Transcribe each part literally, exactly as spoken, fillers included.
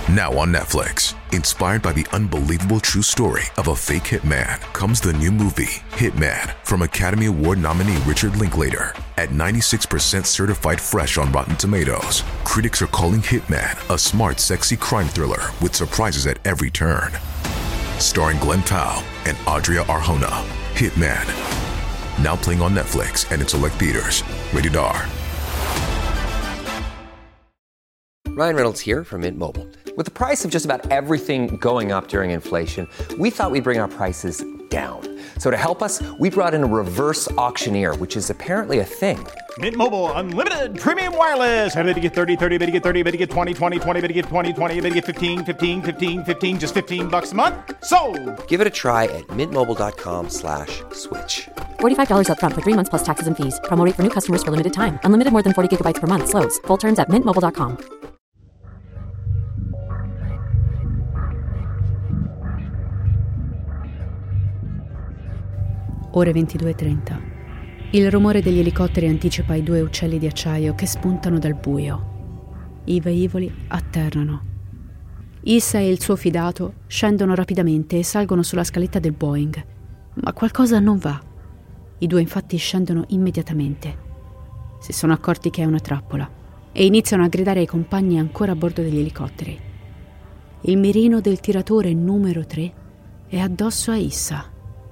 Now on Netflix, inspired by the unbelievable true story of a fake hitman, comes the new movie, Hitman, from Academy Award nominee Richard Linklater. At ninety-six percent certified fresh on Rotten Tomatoes, critics are calling Hitman a smart, sexy crime thriller with surprises at every turn. Starring Glenn Powell and Adria Arjona, Hitman. Now playing on Netflix and in select theaters. Rated R. Ryan Reynolds here from Mint Mobile. With the price of just about everything going up during inflation, we thought we'd bring our prices down. So to help us, we brought in a reverse auctioneer, which is apparently a thing. Mint Mobile Unlimited Premium Wireless. How to get thirty, thirty, how to get thirty, how to get twenty, twenty, twenty, how to get twenty, twenty, how to get fifteen, fifteen, fifteen, fifteen, just fifteen bucks a month? Sold! Give it a try at mintmobile.com slash switch. forty-five dollars up front for three months plus taxes and fees. Promo rate for new customers for limited time. Unlimited more than forty gigabytes per month. Slows full terms at mint mobile dot com. Ore ventidue e trenta. Il rumore degli elicotteri anticipa i due uccelli di acciaio che spuntano dal buio. I velivoli atterrano. Issa e il suo fidato scendono rapidamente e salgono sulla scaletta del Boeing. Ma qualcosa non va. I due infatti scendono immediatamente. Si sono accorti che è una trappola e iniziano a gridare ai compagni ancora a bordo degli elicotteri. Il mirino del tiratore numero tre è addosso a Issa.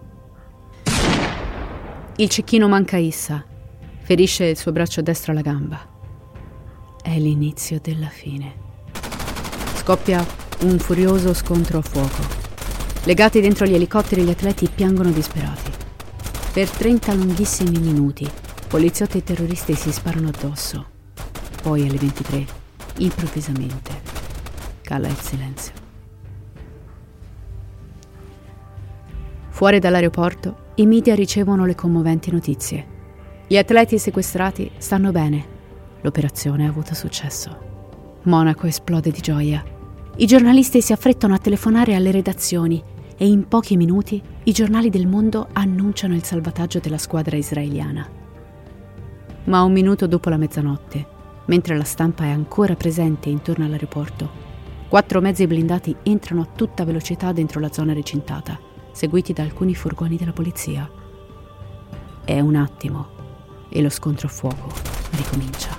Il cecchino manca Issa, ferisce il suo braccio destro alla gamba. È l'inizio della fine. Scoppia un furioso scontro a fuoco. Legati dentro gli elicotteri, gli atleti piangono disperati. Per trenta lunghissimi minuti, poliziotti e terroristi si sparano addosso. Poi alle ventitré, improvvisamente, cala il silenzio. Fuori dall'aeroporto, i media ricevono le commoventi notizie. Gli atleti sequestrati stanno bene. L'operazione ha avuto successo. Monaco esplode di gioia. I giornalisti si affrettano a telefonare alle redazioni e in pochi minuti i giornali del mondo annunciano il salvataggio della squadra israeliana. Ma un minuto dopo la mezzanotte, mentre la stampa è ancora presente intorno all'aeroporto, quattro mezzi blindati entrano a tutta velocità dentro la zona recintata, seguiti da alcuni furgoni della polizia. È un attimo e lo scontro a fuoco ricomincia.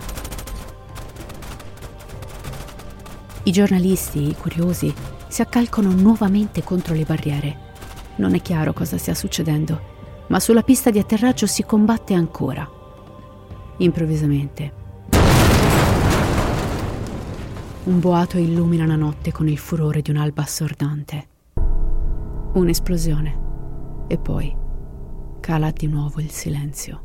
I giornalisti, i curiosi, si accalcano nuovamente contro le barriere. Non è chiaro cosa stia succedendo, ma sulla pista di atterraggio si combatte ancora. Improvvisamente, un boato illumina la notte con il furore di un'alba assordante. Un'esplosione e poi cala di nuovo il silenzio.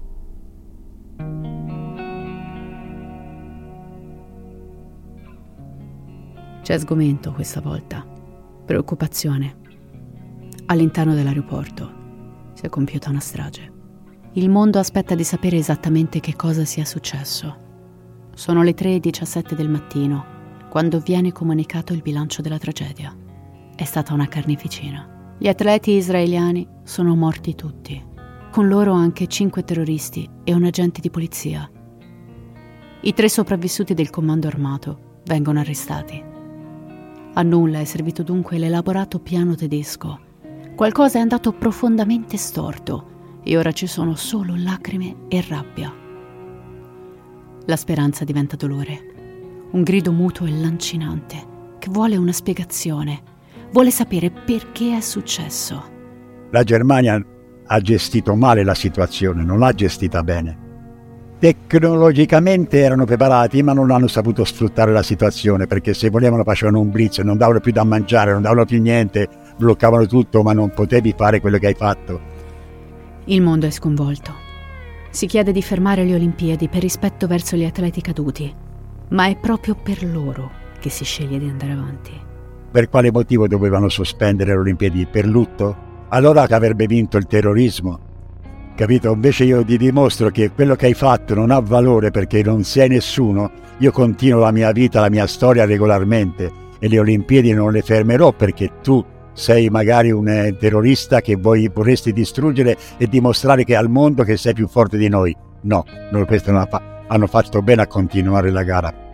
C'è sgomento questa volta, preoccupazione. All'interno dell'aeroporto si è compiuta una strage. Il mondo aspetta di sapere esattamente che cosa sia successo. Sono le tre e diciassette del mattino quando viene comunicato il bilancio della tragedia. È stata una carneficina. Gli atleti israeliani sono morti tutti, con loro anche cinque terroristi e un agente di polizia. I tre sopravvissuti del comando armato vengono arrestati. A nulla è servito dunque l'elaborato piano tedesco. Qualcosa è andato profondamente storto e ora ci sono solo lacrime e rabbia. La speranza diventa dolore, un grido muto e lancinante che vuole una spiegazione. Vuole sapere perché è successo. La Germania ha gestito male la situazione, non l'ha gestita bene. Tecnologicamente erano preparati, ma non hanno saputo sfruttare la situazione, perché se volevano facevano un blitz, non davano più da mangiare, non davano più niente, bloccavano tutto, ma non potevi fare quello che hai fatto. Il mondo è sconvolto. Si chiede di fermare le Olimpiadi per rispetto verso gli atleti caduti, ma è proprio per loro che si sceglie di andare avanti. Per quale motivo dovevano sospendere le Olimpiadi? Per lutto? Allora che avrebbe vinto il terrorismo, capito? Invece io ti dimostro che quello che hai fatto non ha valore perché non sei nessuno. Io continuo la mia vita, la mia storia regolarmente e le Olimpiadi non le fermerò perché tu sei magari un eh, terrorista che voi vorresti distruggere e dimostrare che al mondo che sei più forte di noi. No, non, questo non ha fa- hanno fatto bene a continuare la gara.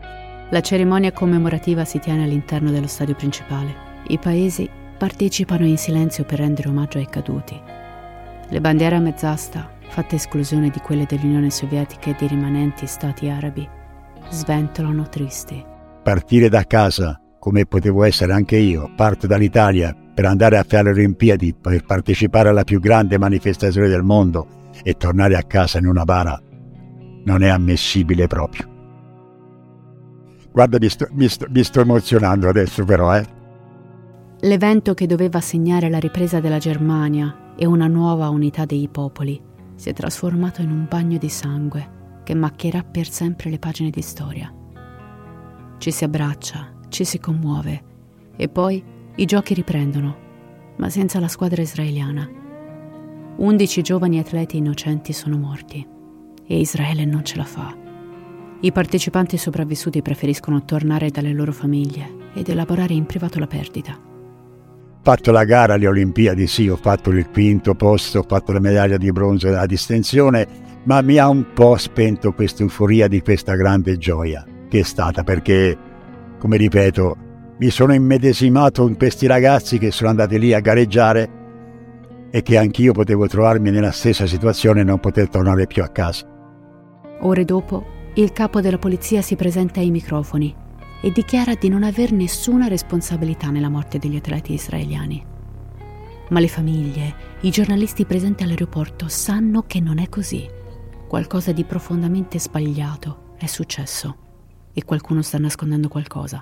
La cerimonia commemorativa si tiene all'interno dello stadio principale. I paesi partecipano in silenzio per rendere omaggio ai caduti. Le bandiere a mezz'asta, fatte esclusione di quelle dell'Unione Sovietica e dei rimanenti stati arabi, sventolano tristi. Partire da casa, come potevo essere anche io, parto dall'Italia per andare a fare le Olimpiadi, per partecipare alla più grande manifestazione del mondo e tornare a casa in una bara, non è ammissibile proprio. Guarda, mi sto, mi sto, mi sto emozionando adesso però, eh. L'evento che doveva segnare la ripresa della Germania e una nuova unità dei popoli si è trasformato in un bagno di sangue che macchierà per sempre le pagine di storia. Ci si abbraccia, ci si commuove e poi i giochi riprendono, ma senza la squadra israeliana. Undici giovani atleti innocenti sono morti e Israele non ce la fa. I partecipanti sopravvissuti preferiscono tornare dalle loro famiglie ed elaborare in privato la perdita. Ho fatto la gara alle Olimpiadi, sì, ho fatto il quinto posto, ho fatto la medaglia di bronzo a distensione, ma mi ha un po' spento questa euforia di questa grande gioia che è stata, perché, come ripeto, mi sono immedesimato in questi ragazzi che sono andati lì a gareggiare e che anch'io potevo trovarmi nella stessa situazione e non poter tornare più a casa. Ore dopo, il capo della polizia si presenta ai microfoni e dichiara di non aver nessuna responsabilità nella morte degli atleti israeliani. Ma le famiglie, i giornalisti presenti all'aeroporto sanno che non è così. Qualcosa di profondamente sbagliato è successo e qualcuno sta nascondendo qualcosa.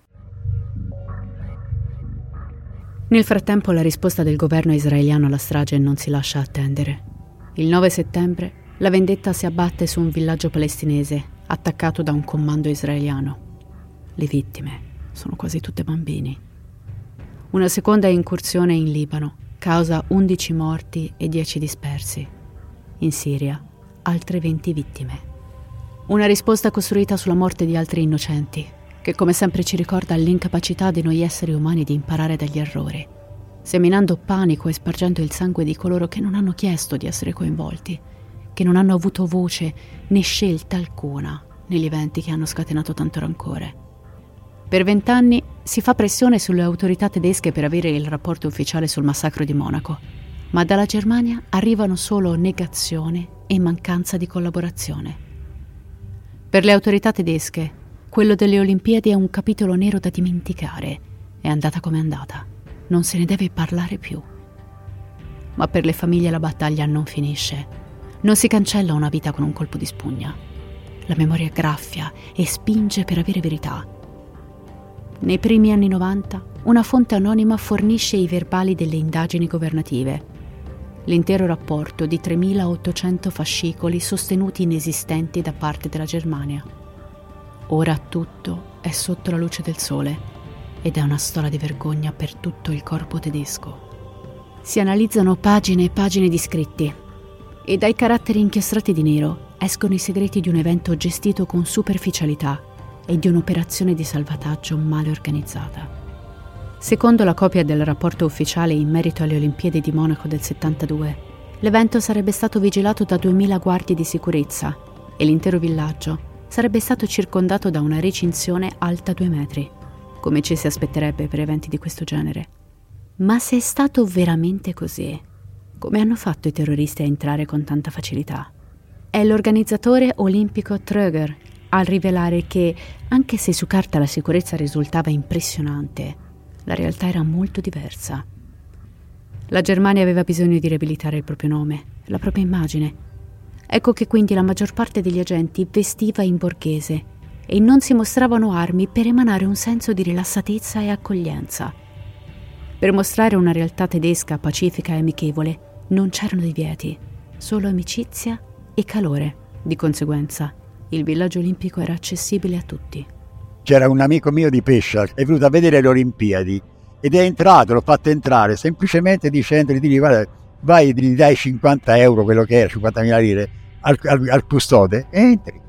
Nel frattempo la risposta del governo israeliano alla strage non si lascia attendere. Il nove settembre la vendetta si abbatte su un villaggio palestinese attaccato da un comando israeliano. Le vittime sono quasi tutte bambini. Una seconda incursione in Libano causa undici morti e dieci dispersi. In Siria, altre venti vittime. Una risposta costruita sulla morte di altri innocenti, che come sempre ci ricorda l'incapacità di noi esseri umani di imparare dagli errori, seminando panico e spargendo il sangue di coloro che non hanno chiesto di essere coinvolti, che non hanno avuto voce né scelta alcuna negli eventi che hanno scatenato tanto rancore. Per vent'anni si fa pressione sulle autorità tedesche per avere il rapporto ufficiale sul massacro di Monaco, ma dalla Germania arrivano solo negazione e mancanza di collaborazione. Per le autorità tedesche, quello delle Olimpiadi è un capitolo nero da dimenticare. È andata come è andata. Non se ne deve parlare più. Ma per le famiglie la battaglia non finisce. Non si cancella una vita con un colpo di spugna. La memoria graffia e spinge per avere verità. Nei primi anni novanta, una fonte anonima fornisce i verbali delle indagini governative. L'intero rapporto di tremilaottocento fascicoli sostenuti inesistenti da parte della Germania. Ora tutto è sotto la luce del sole ed è una storia di vergogna per tutto il corpo tedesco. Si analizzano pagine e pagine di scritti e dai caratteri inchiostati di nero escono i segreti di un evento gestito con superficialità e di un'operazione di salvataggio male organizzata. Secondo la copia del rapporto ufficiale in merito alle Olimpiadi di Monaco del settantadue, l'evento sarebbe stato vigilato da duemila guardie di sicurezza e l'intero villaggio sarebbe stato circondato da una recinzione alta due metri, come ci si aspetterebbe per eventi di questo genere. Ma se è stato veramente così, come hanno fatto i terroristi a entrare con tanta facilità? È l'organizzatore olimpico Tröger a rivelare che, anche se su carta la sicurezza risultava impressionante, la realtà era molto diversa. La Germania aveva bisogno di riabilitare il proprio nome, la propria immagine. Ecco che quindi la maggior parte degli agenti vestiva in borghese e non si mostravano armi per emanare un senso di rilassatezza e accoglienza. Per mostrare una realtà tedesca pacifica e amichevole non c'erano divieti, solo amicizia e calore. Di conseguenza, il villaggio olimpico era accessibile a tutti. C'era un amico mio di Pescia, è venuto a vedere le Olimpiadi ed è entrato, l'ho fatto entrare semplicemente dicendo, gli guarda, vai, gli dai cinquanta euro, quello che era, cinquantamila lire, al, al, al custode e entri.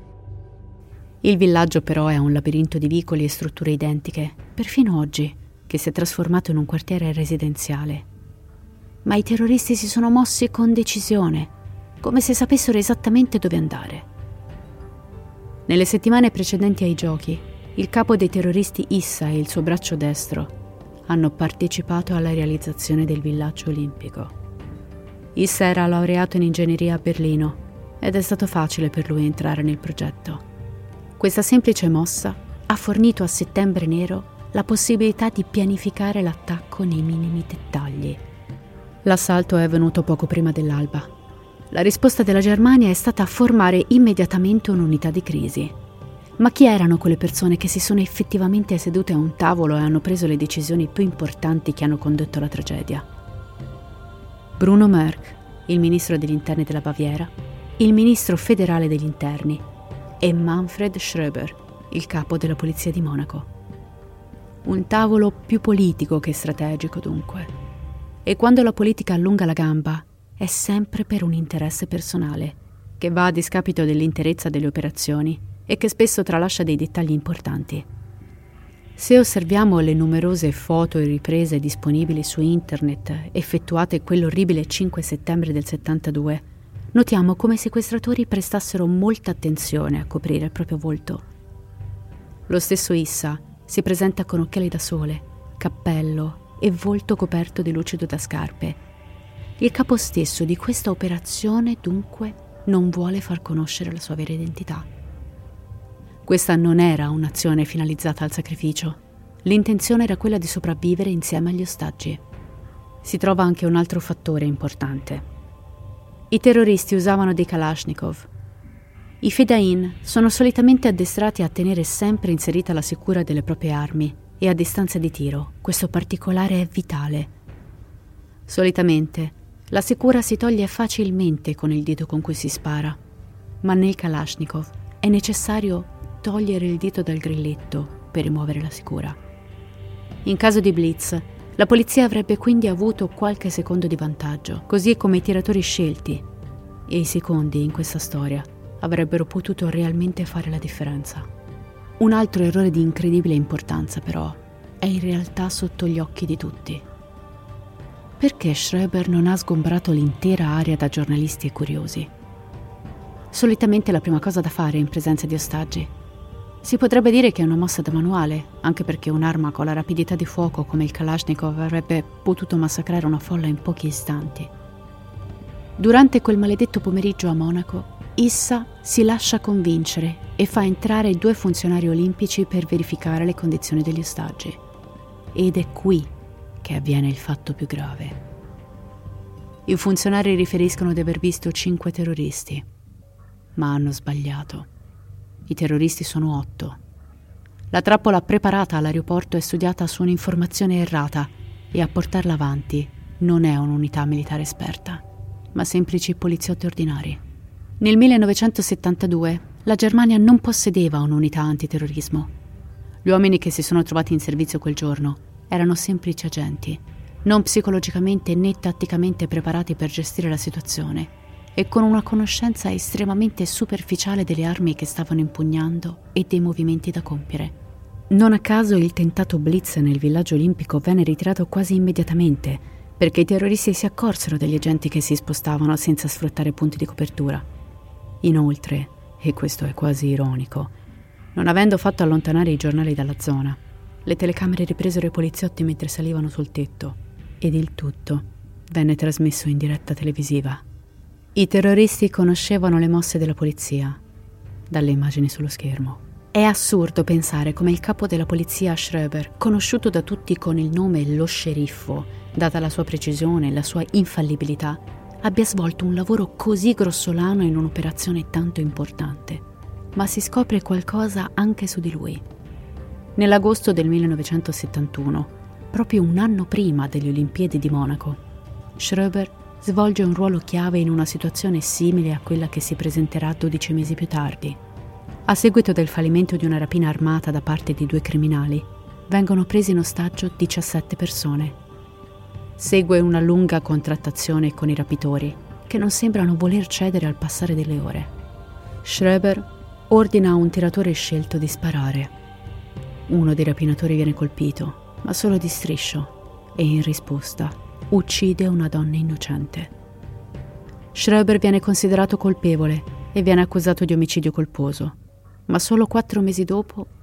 Il villaggio però è un labirinto di vicoli e strutture identiche, perfino oggi, che si è trasformato in un quartiere residenziale. Ma i terroristi si sono mossi con decisione, come se sapessero esattamente dove andare. Nelle settimane precedenti ai giochi, il capo dei terroristi Issa e il suo braccio destro hanno partecipato alla realizzazione del villaggio olimpico. Issa era laureato in ingegneria a Berlino ed è stato facile per lui entrare nel progetto. Questa semplice mossa ha fornito a Settembre Nero la possibilità di pianificare l'attacco nei minimi dettagli. L'assalto è avvenuto poco prima dell'alba. La risposta della Germania è stata formare immediatamente un'unità di crisi. Ma chi erano quelle persone che si sono effettivamente sedute a un tavolo e hanno preso le decisioni più importanti che hanno condotto alla tragedia? Bruno Merck, il ministro degli interni della Baviera, il ministro federale degli interni e Manfred Schroeber, il capo della polizia di Monaco. Un tavolo più politico che strategico, dunque. E quando la politica allunga la gamba, è sempre per un interesse personale, che va a discapito dell'interezza delle operazioni e che spesso tralascia dei dettagli importanti. Se osserviamo le numerose foto e riprese disponibili su internet effettuate quell'orribile cinque settembre del settantadue, notiamo come i sequestratori prestassero molta attenzione a coprire il proprio volto. Lo stesso Issa si presenta con occhiali da sole, cappello e volto coperto di lucido da scarpe. Il capo stesso di questa operazione, dunque, non vuole far conoscere la sua vera identità. Questa non era un'azione finalizzata al sacrificio. L'intenzione era quella di sopravvivere insieme agli ostaggi. Si trova anche un altro fattore importante. I terroristi usavano dei Kalashnikov. I Fedayeen sono solitamente addestrati a tenere sempre inserita la sicura delle proprie armi e a distanza di tiro. Questo particolare è vitale. Solitamente la sicura si toglie facilmente con il dito con cui si spara, ma nel Kalashnikov è necessario togliere il dito dal grilletto per rimuovere la sicura. In caso di blitz, la polizia avrebbe quindi avuto qualche secondo di vantaggio, così come i tiratori scelti, e i secondi in questa storia avrebbero potuto realmente fare la differenza. Un altro errore di incredibile importanza, però, è in realtà sotto gli occhi di tutti. Perché Schroeber non ha sgombrato l'intera area da giornalisti e curiosi? Solitamente la prima cosa da fare in presenza di ostaggi. Si potrebbe dire che è una mossa da manuale, anche perché un'arma con la rapidità di fuoco come il Kalashnikov avrebbe potuto massacrare una folla in pochi istanti. Durante quel maledetto pomeriggio a Monaco, Issa si lascia convincere e fa entrare i due funzionari olimpici per verificare le condizioni degli ostaggi. Ed è qui che avviene il fatto più grave. I funzionari riferiscono di aver visto cinque terroristi, ma hanno sbagliato. I terroristi sono otto. La trappola preparata all'aeroporto è studiata su un'informazione errata e a portarla avanti non è un'unità militare esperta, ma semplici poliziotti ordinari. Nel millenovecentosettantadue la Germania non possedeva un'unità antiterrorismo. Gli uomini che si sono trovati in servizio quel giorno erano semplici agenti, non psicologicamente né tatticamente preparati per gestire la situazione e con una conoscenza estremamente superficiale delle armi che stavano impugnando e dei movimenti da compiere. Non a caso il tentato blitz nel villaggio olimpico venne ritirato quasi immediatamente, perché i terroristi si accorsero degli agenti che si spostavano senza sfruttare punti di copertura. Inoltre, e questo è quasi ironico, non avendo fatto allontanare i giornali dalla zona, le telecamere ripresero i poliziotti mentre salivano sul tetto ed il tutto venne trasmesso in diretta televisiva. I terroristi conoscevano le mosse della polizia dalle immagini sullo schermo. È assurdo pensare come il capo della polizia Schroeber, conosciuto da tutti con il nome lo sceriffo, data la sua precisione e la sua infallibilità, abbia svolto un lavoro così grossolano in un'operazione tanto importante. Ma si scopre qualcosa anche su di lui. Nell'agosto del millenovecentosettantuno, proprio un anno prima delle Olimpiadi di Monaco, Schroeber svolge un ruolo chiave in una situazione simile a quella che si presenterà dodici mesi più tardi. A seguito del fallimento di una rapina armata da parte di due criminali, vengono presi in ostaggio diciassette persone. Segue una lunga contrattazione con i rapitori, che non sembrano voler cedere al passare delle ore. Schroeber ordina a un tiratore scelto di sparare. Uno dei rapinatori viene colpito, ma solo di striscio, e in risposta uccide una donna innocente. Schroeber viene considerato colpevole e viene accusato di omicidio colposo, ma solo quattro mesi dopo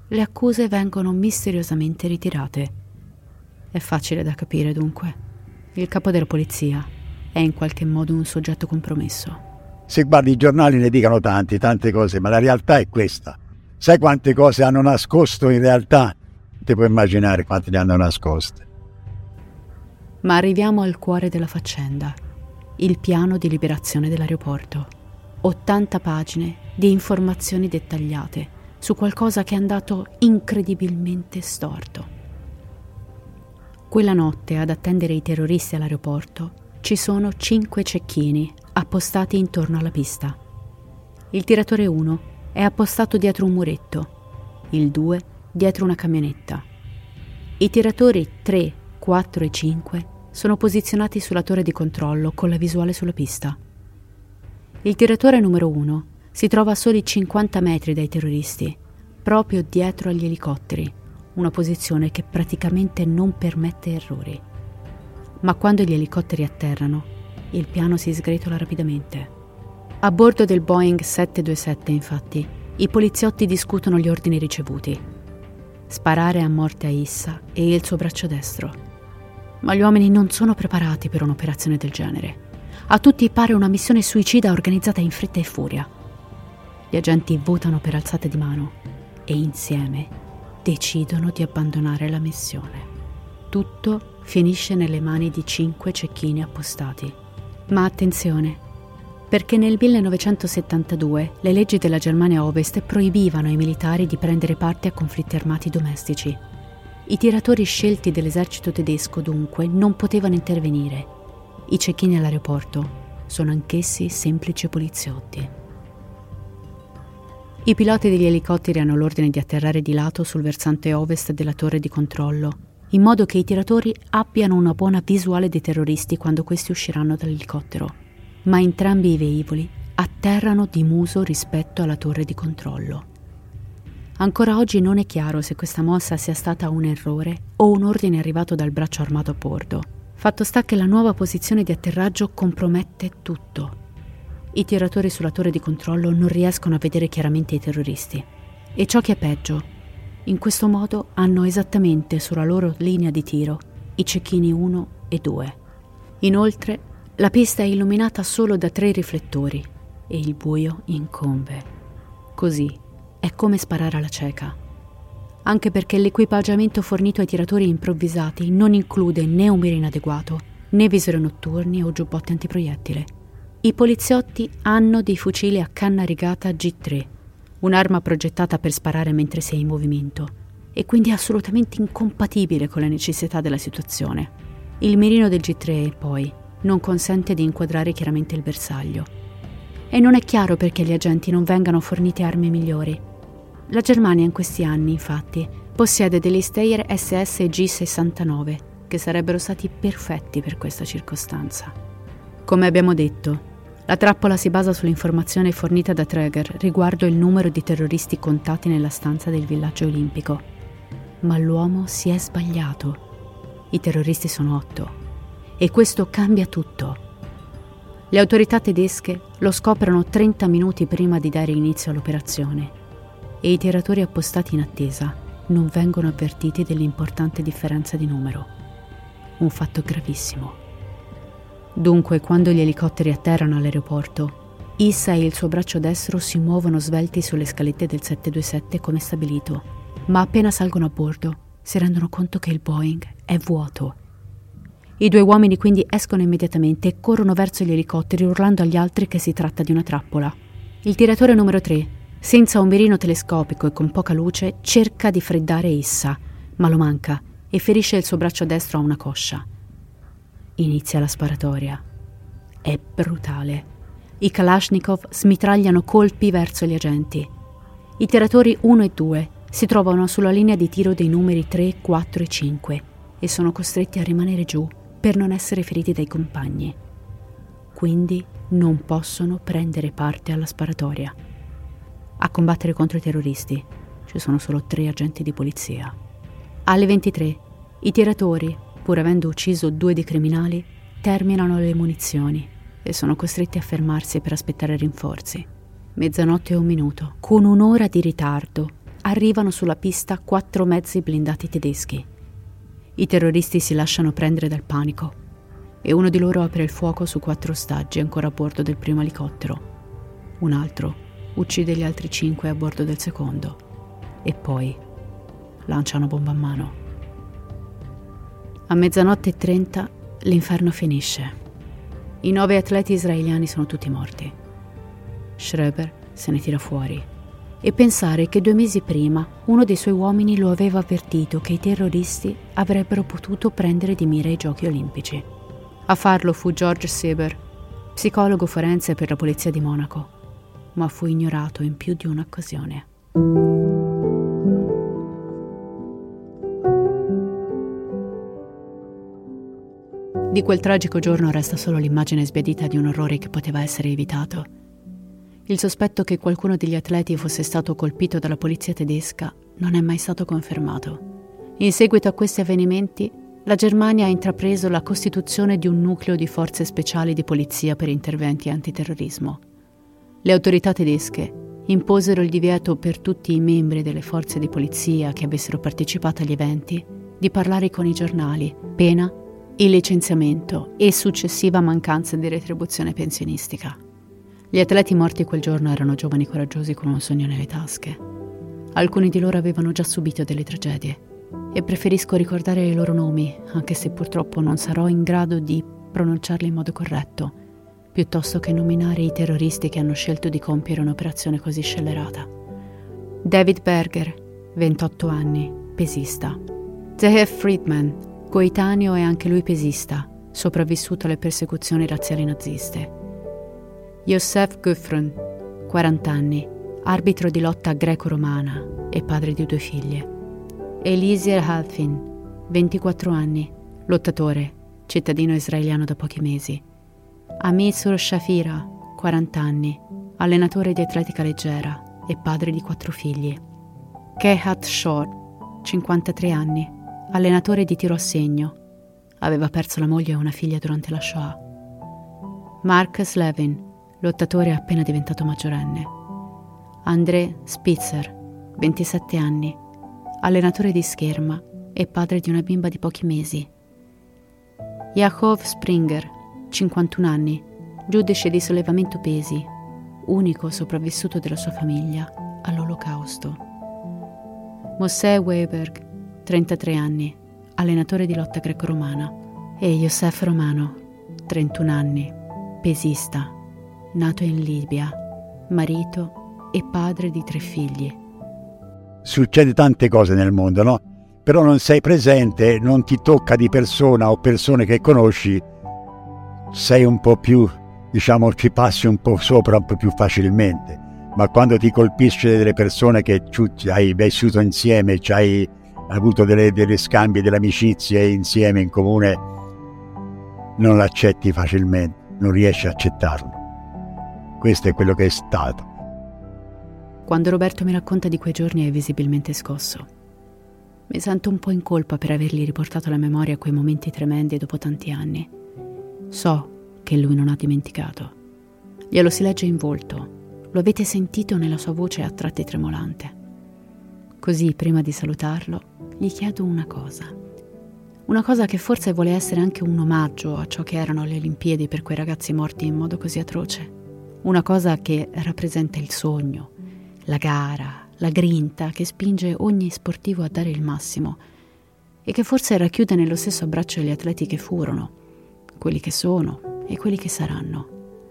le accuse vengono misteriosamente ritirate. È facile da capire, dunque. Il capo della polizia è in qualche modo un soggetto compromesso. Se guardi i giornali ne dicano tanti, tante cose, ma la realtà è questa. Sai quante cose hanno nascosto in realtà? Ti puoi immaginare quante ne hanno nascoste. Ma arriviamo al cuore della faccenda, il piano di liberazione dell'aeroporto. ottanta pagine di informazioni dettagliate su qualcosa che è andato incredibilmente storto. Quella notte, ad attendere i terroristi all'aeroporto, ci sono cinque cecchini appostati intorno alla pista. Il tiratore uno è appostato dietro un muretto, il due dietro una camionetta. I tiratori tre, quattro e cinque sono posizionati sulla torre di controllo con la visuale sulla pista. Il tiratore numero uno si trova a soli cinquanta metri dai terroristi, proprio dietro agli elicotteri, una posizione che praticamente non permette errori. Ma quando gli elicotteri atterrano, il piano si sgretola rapidamente. A bordo del Boeing sette due sette, infatti, i poliziotti discutono gli ordini ricevuti. Sparare a morte a Issa e il suo braccio destro. Ma gli uomini non sono preparati per un'operazione del genere. A tutti pare una missione suicida organizzata in fretta e furia. Gli agenti votano per alzata di mano e insieme decidono di abbandonare la missione. Tutto finisce nelle mani di cinque cecchini appostati. Ma attenzione, perché nel millenovecentosettantadue le leggi della Germania Ovest proibivano ai militari di prendere parte a conflitti armati domestici. I tiratori scelti dell'esercito tedesco dunque non potevano intervenire. I cecchini all'aeroporto sono anch'essi semplici poliziotti. I piloti degli elicotteri hanno l'ordine di atterrare di lato sul versante ovest della torre di controllo, in modo che i tiratori abbiano una buona visuale dei terroristi quando questi usciranno dall'elicottero. Ma entrambi i velivoli atterrano di muso rispetto alla torre di controllo. Ancora oggi non è chiaro se questa mossa sia stata un errore o un ordine arrivato dal braccio armato a bordo. Fatto sta che la nuova posizione di atterraggio compromette tutto. I tiratori sulla torre di controllo non riescono a vedere chiaramente i terroristi. E ciò che è peggio, in questo modo hanno esattamente sulla loro linea di tiro i cecchini uno e due. Inoltre, la pista è illuminata solo da tre riflettori e il buio incombe. Così è come sparare alla cieca. Anche perché l'equipaggiamento fornito ai tiratori improvvisati non include né un mirino adeguato, né visori notturni o giubbotti antiproiettile. I poliziotti hanno dei fucili a canna rigata G tre, un'arma progettata per sparare mentre sei in movimento, e quindi assolutamente incompatibile con le necessità della situazione. Il mirino del G tre, poi, non consente di inquadrare chiaramente il bersaglio. E non è chiaro perché gli agenti non vengano fornite armi migliori. La Germania in questi anni, infatti, possiede degli Steyr S S G sessantanove, che sarebbero stati perfetti per questa circostanza. Come abbiamo detto, la trappola si basa sull'informazione fornita da Traeger riguardo il numero di terroristi contati nella stanza del villaggio olimpico. Ma l'uomo si è sbagliato. I terroristi sono otto. E questo cambia tutto. Le autorità tedesche lo scoprono trenta minuti prima di dare inizio all'operazione e i tiratori appostati in attesa non vengono avvertiti dell'importante differenza di numero. Un fatto gravissimo. Dunque, quando gli elicotteri atterrano all'aeroporto, Issa e il suo braccio destro si muovono svelti sulle scalette del sette due sette come stabilito, ma appena salgono a bordo si rendono conto che il Boeing è vuoto. I due uomini quindi escono immediatamente e corrono verso gli elicotteri urlando agli altri che si tratta di una trappola. Il tiratore numero tre, senza un mirino telescopico e con poca luce, cerca di freddare Issa, ma lo manca e ferisce il suo braccio destro a una coscia. Inizia la sparatoria. È brutale. I Kalashnikov smitragliano colpi verso gli agenti. I tiratori uno e due si trovano sulla linea di tiro dei numeri tre, quattro e cinque e sono costretti a rimanere giù per non essere feriti dai compagni. Quindi non possono prendere parte alla sparatoria. A combattere contro i terroristi ci sono solo tre agenti di polizia. Alle ventitré i tiratori, pur avendo ucciso due dei criminali, terminano le munizioni e sono costretti a fermarsi per aspettare rinforzi. Mezzanotte e un minuto, con un'ora di ritardo, arrivano sulla pista quattro mezzi blindati tedeschi. I terroristi si lasciano prendere dal panico e uno di loro apre il fuoco su quattro ostaggi ancora a bordo del primo elicottero. Un altro uccide gli altri cinque a bordo del secondo e poi lancia una bomba a mano. A mezzanotte e trenta l'inferno finisce. I nove atleti israeliani sono tutti morti. Schreber se ne tira fuori. E pensare che due mesi prima uno dei suoi uomini lo aveva avvertito che i terroristi avrebbero potuto prendere di mira i giochi olimpici. A farlo fu George Sieber, psicologo forense per la polizia di Monaco, ma fu ignorato in più di un'occasione. Di quel tragico giorno resta solo l'immagine sbiadita di un orrore che poteva essere evitato. Il sospetto che qualcuno degli atleti fosse stato colpito dalla polizia tedesca non è mai stato confermato. In seguito a questi avvenimenti, la Germania ha intrapreso la costituzione di un nucleo di forze speciali di polizia per interventi antiterrorismo. Le autorità tedesche imposero il divieto per tutti i membri delle forze di polizia che avessero partecipato agli eventi di parlare con i giornali, pena il licenziamento e successiva mancanza di retribuzione pensionistica. Gli atleti morti quel giorno erano giovani coraggiosi con un sogno nelle tasche. Alcuni di loro avevano già subito delle tragedie e preferisco ricordare i loro nomi, anche se purtroppo non sarò in grado di pronunciarli in modo corretto, piuttosto che nominare i terroristi che hanno scelto di compiere un'operazione così scellerata. David Berger, ventotto anni, pesista. Zeev Friedman, coetaneo e anche lui pesista, sopravvissuto alle persecuzioni razziali naziste. Yosef Gufron, quaranta anni, arbitro di lotta greco-romana e padre di due figlie. Eliezer Halfin, ventiquattro anni, lottatore, cittadino israeliano da pochi mesi. Amisur Shafira, quaranta anni, allenatore di atletica leggera e padre di quattro figli. Kehat Shor, cinquantatré anni, allenatore di tiro a segno. Aveva perso la moglie e una figlia durante la Shoah. Marcus Levin, lottatore appena diventato maggiorenne. André Spitzer, ventisette anni, allenatore di scherma e padre di una bimba di pochi mesi. Yaakov Springer, cinquantuno anni, giudice di sollevamento pesi, unico sopravvissuto della sua famiglia all'Olocausto. Mosè Weiberg, trentatré anni, allenatore di lotta greco-romana. E Yosef Romano, trentuno anni, pesista, nato in Libia, marito e padre di tre figli. Succede tante cose nel mondo, no? Però non sei presente, non ti tocca di persona o persone che conosci, sei un po' più, diciamo, ci passi un po' sopra un po' più facilmente. Ma quando ti colpisce delle persone che hai vissuto insieme, ci hai avuto delle, delle scambi, delle amicizie insieme in comune, non l'accetti facilmente, non riesci a accettarlo. Questo è quello che è stato. Quando Roberto mi racconta di quei giorni è visibilmente scosso. Mi sento un po' in colpa per avergli riportato alla memoria quei momenti tremendi dopo tanti anni. So che lui non ha dimenticato. Glielo si legge in volto. Lo avete sentito nella sua voce a tratti tremolante. Così, prima di salutarlo, gli chiedo una cosa. Una cosa che forse vuole essere anche un omaggio a ciò che erano le Olimpiadi per quei ragazzi morti in modo così atroce. Una cosa che rappresenta il sogno, la gara, la grinta che spinge ogni sportivo a dare il massimo e che forse racchiude nello stesso abbraccio gli atleti che furono, quelli che sono e quelli che saranno.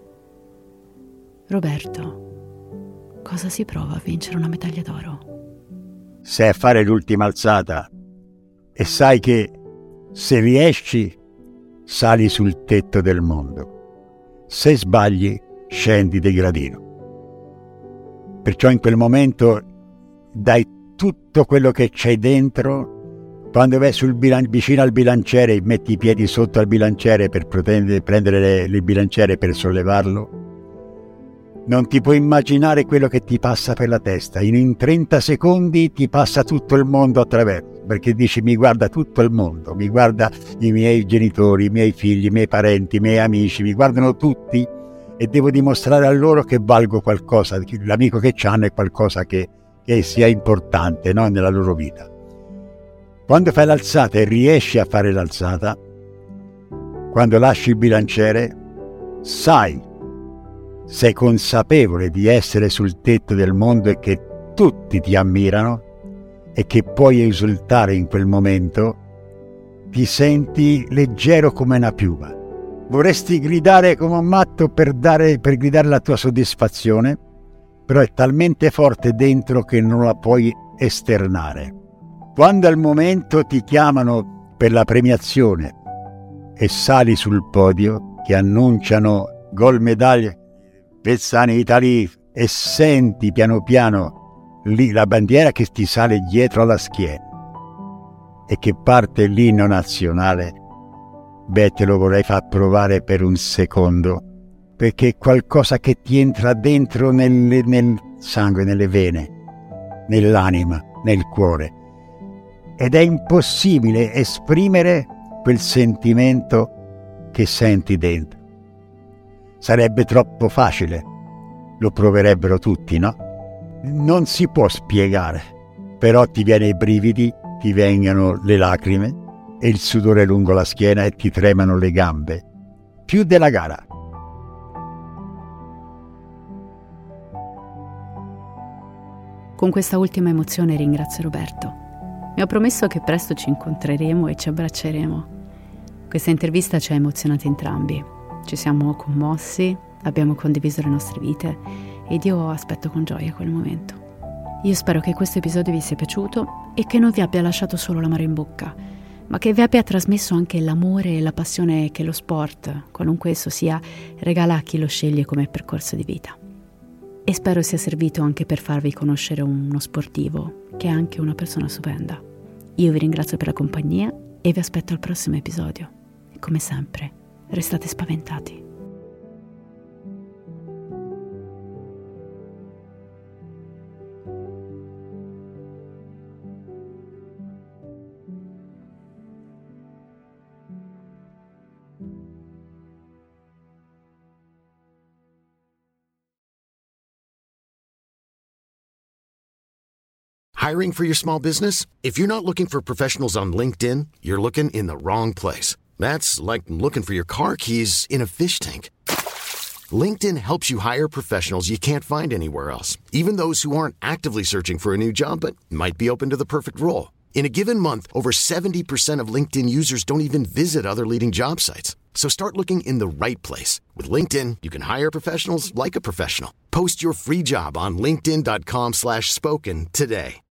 Roberto, cosa si prova a vincere una medaglia d'oro? Sei a fare l'ultima alzata e sai che se riesci sali sul tetto del mondo, se sbagli scendi di gradino. Perciò in quel momento dai tutto quello che c'hai dentro. Quando vai sul bilan- vicino al bilanciere, metti i piedi sotto al bilanciere per prendere, prendere le, il bilanciere per sollevarlo, non ti puoi immaginare quello che ti passa per la testa. In, in trenta secondi ti passa tutto il mondo attraverso, perché dici: mi guarda tutto il mondo, mi guarda i miei genitori, i miei figli, i miei parenti, i miei amici, mi guardano tutti e devo dimostrare a loro che valgo qualcosa, l'amico che c'hanno è qualcosa che, che sia importante, no? Nella loro vita. Quando fai l'alzata e riesci a fare l'alzata, quando lasci il bilanciere, sai, sei consapevole di essere sul tetto del mondo e che tutti ti ammirano e che puoi esultare in quel momento, ti senti leggero come una piuma. Vorresti gridare come un matto per, dare, per gridare la tua soddisfazione, però è talmente forte dentro che non la puoi esternare. Quando al momento ti chiamano per la premiazione e sali sul podio, che annunciano gol medaglia Bezzani Italy, e senti piano piano lì la bandiera che ti sale dietro alla schiena e che parte l'inno nazionale, beh, te lo vorrei far provare per un secondo, perché è qualcosa che ti entra dentro nel, nel sangue, nelle vene, nell'anima, nel cuore, ed è impossibile esprimere quel sentimento che senti dentro. Sarebbe troppo facile, lo proverebbero tutti, no? Non si può spiegare, però ti viene i brividi, ti vengono le lacrime e il sudore lungo la schiena e ti tremano le gambe, più della gara. Con questa ultima emozione ringrazio Roberto. Mi ho promesso che presto ci incontreremo e ci abbracceremo. Questa intervista ci ha emozionati entrambi. Ci siamo commossi, abbiamo condiviso le nostre vite ed io aspetto con gioia quel momento. Io spero che questo episodio vi sia piaciuto e che non vi abbia lasciato solo l'amaro in bocca, ma che vi abbia trasmesso anche l'amore e la passione che lo sport, qualunque esso sia, regala a chi lo sceglie come percorso di vita. E spero sia servito anche per farvi conoscere uno sportivo che è anche una persona stupenda. Io vi ringrazio per la compagnia e vi aspetto al prossimo episodio. E come sempre, restate spaventati. Hiring for your small business? If you're not looking for professionals on LinkedIn, you're looking in the wrong place. That's like looking for your car keys in a fish tank. LinkedIn helps you hire professionals you can't find anywhere else, even those who aren't actively searching for a new job but might be open to the perfect role. In a given month, over seventy percent of LinkedIn users don't even visit other leading job sites. So start looking in the right place. With LinkedIn, you can hire professionals like a professional. Post your free job on linkedin dot com slash spoken today.